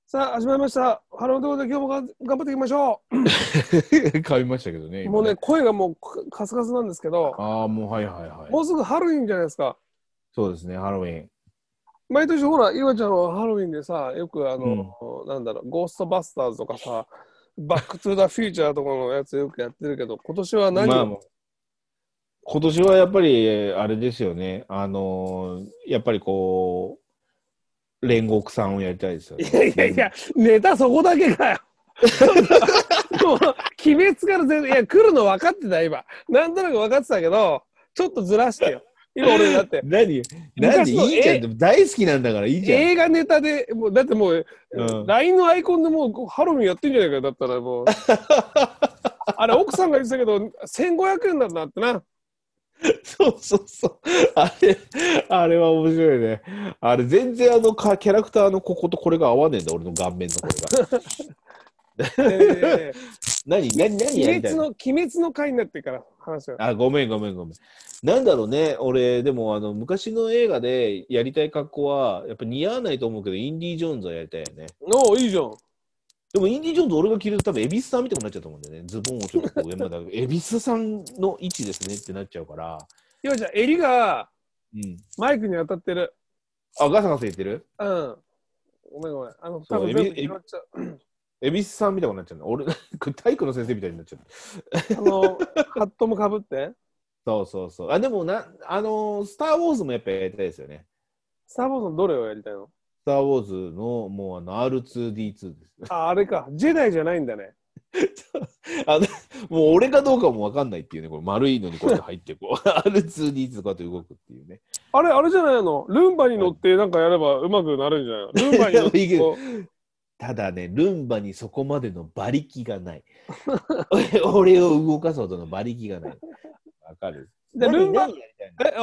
さあ始まりました。ハローということで今日も頑張っていきましょ買いましたけどね、 う。もうね、 今ね。 声がもうカスカスなんですけど、 ああ、もうはいはいはい。 もうすぐハロウィンじゃないですか。 そうですね、ハロウィン。 毎年ほら、岩ちゃんはハロウィンでさ、よくうん。 なんだろう、ゴーストバスターズとかさ、バックトゥーザフューチャーとかのやつよくやってるけど、今年は何を？ まあ、今年はやっぱり、あれですよね。やっぱりこう、煉獄さんをやりたいですよいね。 やいやいや、ネタそこだけかよ。ちょっと、もう、鬼滅から全然、いや、来るの分かってた、今。なんとなく分かってたけど、ちょっとずらしてよ。今俺だって、 なんで昔のいいじゃん。でも大好きなんだからいいじゃん。 映画ネタで、もうだってもう、 うん。 LINE のアイコンでもうハロウィンやってんじゃないかよ。だったらもう、あれ奥さんが言ってたけど、1500円なんだってな。 そうそうそう。あれは面白いね。あれ全然キャラクターのこことこれが合わねえんだ、俺の顔面のこれが。 え何やりたいの？ 鬼滅の回になってから話が。 あ、ごめんごめんごめん。なんだろうね、俺、でも昔の映画でやりたい格好は、やっぱ似合わないと思うけど、インディ・ージョーンズはやりたいよね。 おお、いいじゃん。 でも、インディ・ージョーンズ俺が着ると多分、恵比寿さんみたいになっちゃうと思うんだよね。ズボンをちょっとこう上まで上げ、恵比寿さんの位置ですねってなっちゃうから。 今じゃん、襟がうん。 マイクに当たってる。 あ、ガサガサ言ってる？ うん。ごめんごめん。多そう、 分全部拾っちゃう。 恵比寿さんみたいになっちゃうんだ。俺、体育の先生みたいになっちゃう。 ハットもかぶって。 そうそうそう。あ、でもスター・ウォーズもやっぱやりたいですよね。 スター・ウォーズのどれをやりたいの？ スター・ウォーズのもうR2D2 です。 あ、あれか。ジェダイじゃないんだね。 あのもう俺かどうかもわかんないっていうね、これ丸いのにこうやって入ってこう、R2D2 こうやって動くっていうね。 あれじゃないの？ルンバに乗はい、 ってなんかやればうまくなるんじゃないの？ルンバに乗っていいけどこただね、ルンバにそこまでの馬力がない。俺を動かすほどの馬力がない。わかる？ う。で、ルンバ、 何やりたいの？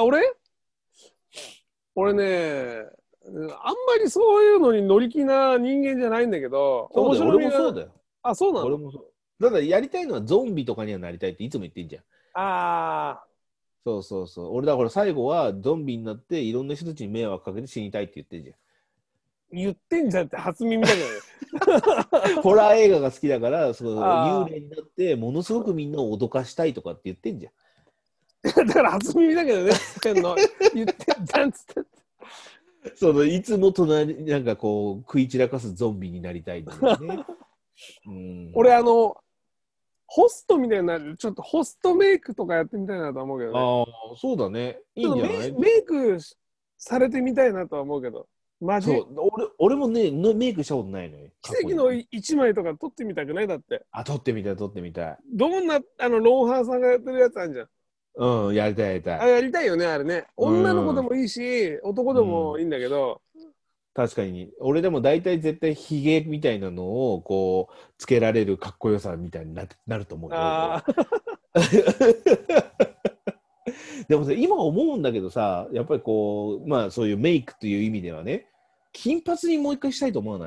俺ね、あんまりそういうのに乗り気な人間じゃないんだけど、面そうだよ、俺白みが、 もそうだよ。 あ、そうなの？ 俺もそう。ただやりたいのはゾンビとかにはなりたいっていつも言ってんじゃん。 ああ、 そうそうそう。俺だから最後はゾンビになっていろんな人たちに迷惑かけて死にたいって言ってんじゃん。 言ってんじゃんって初耳だけどね。 ホラー映画が好きだから、そう幽あ霊になってものすごくみんなを脅かしたいとかって言ってんじゃん。 あ、だから初耳だけどね、言ってんじゃんっつって。 いつも隣なんかこう食い散らかすゾンビになりたいんだよね。うん。 俺ホストみたいな、ちょっとホストメイクとかやってみたいなと思うけどね。 ああ、そうだね。いちょっといんじゃない？ メイクされてみたいなとは思うけど、マジそう、俺もね、メイクしたことないのよ。過去に。 奇跡の一枚とか撮ってみたくない？だって。 あ、撮ってみたい、撮ってみたい。 どんな、ロンハーさんがやってるやつあるじゃん。 うん、やりたい、やりたあ、 い。 やりたいよね、あれね。 う女の子でん、 もいいし、男でうん。 もいいんだけど、 確かに。俺でも大体絶対ヒゲみたいなのをこう、つけられるかっこよさみたいになると思うよ、俺は。 ああ、 でもさ、今思うんだけどさ、やっぱりこう、まあそういうメイクという意味ではね、金髪にもう一回したいと思わない？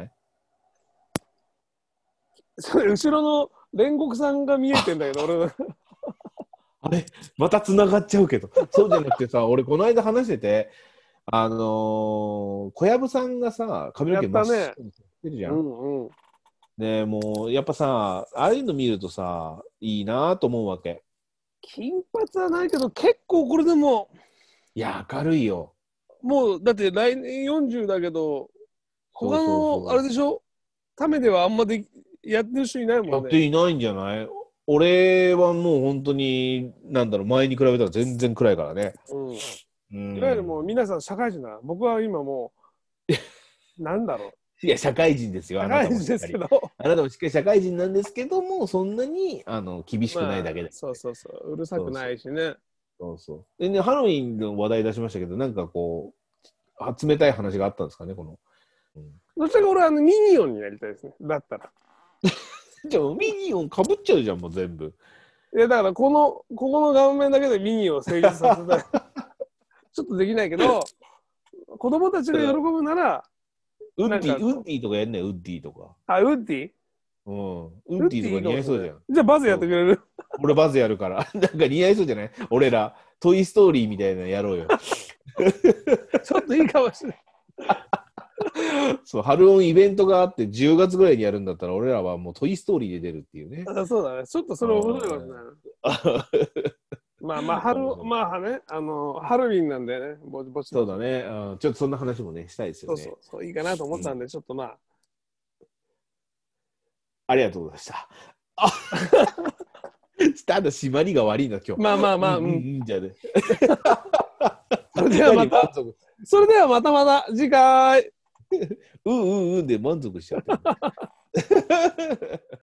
それ後ろの煉獄さんが見えてんだけど、俺の。 あれまた繋がっちゃうけど。そうじゃなくてさ、俺この間話してて、小籔さんがさ、髪のや毛真っったね。 白にしてるじゃん。 うんうん。 ねもう、やっぱさ、ああいうの見るとさ、いいなと思うわけ。 金髪はないけど、結構これでも、 いや、明るいよ。 もう、だって来年40だけど、 そうそう他の、あそう。 れでしょ？ためではあんまでやってる人いないもやんね。 っていないんじゃない？俺はもう本当に、なんだろう、前に比べたら全然暗いからね。 うん。 ういわゆるもうん。 皆さん社会人だ。僕は今もう、なんだろう。 いや、社会人ですよ、あな社会たもしっかり。 人ですけど、 あなたもしっかり社会人なんですけども、そんなに厳しくないまあ、 だけで。 そうそうそう、うるさくなそうそう。 いしね。 そうそう。でね、ハロウィンの話題出しましたけど、なんかこう、冷たい話があったんですかね、この。うん、 どちらか俺はミニオンになりたいですね。だったら。 じゃあ、ミニオンかぶっちゃうじゃん、もう全部。 いや、だからここの顔面だけでミニオンを成立させたい。ちょっとできないけど、子供たちが喜ぶなら、なんか、 ウッディとかやんねウッディとか。 あ、ウッディうん。ウッウッディいディとかいかもしれない。 似合いそうじゃん。 じゃあバズやそう。 ってくれる？ 俺バズやるから。なんか似合いそうじゃない？俺ら、トイ・ストーリーみたいなのやろうよ。 ちょっといいかもしれない。 そう、ハロウィンイベントがあって10月ぐらいにやるんだったら、俺らはもうトイ・ストーリーで出るっていうね。 あ、そうだね。ちょっとそれ面白いかもね。まあまあ、まあね、ハロウィンなんでね、ぼちぼち。 そうだね、ちょっとそんな話もね、したいですよね。 そう、いいかなと思ったんで、ちょっとまあ。 ありがとうございました。ただ締まりが悪いな、今日。 まあまあまあ、 じゃあね。 それではまた、次回。 で満足しちゃった。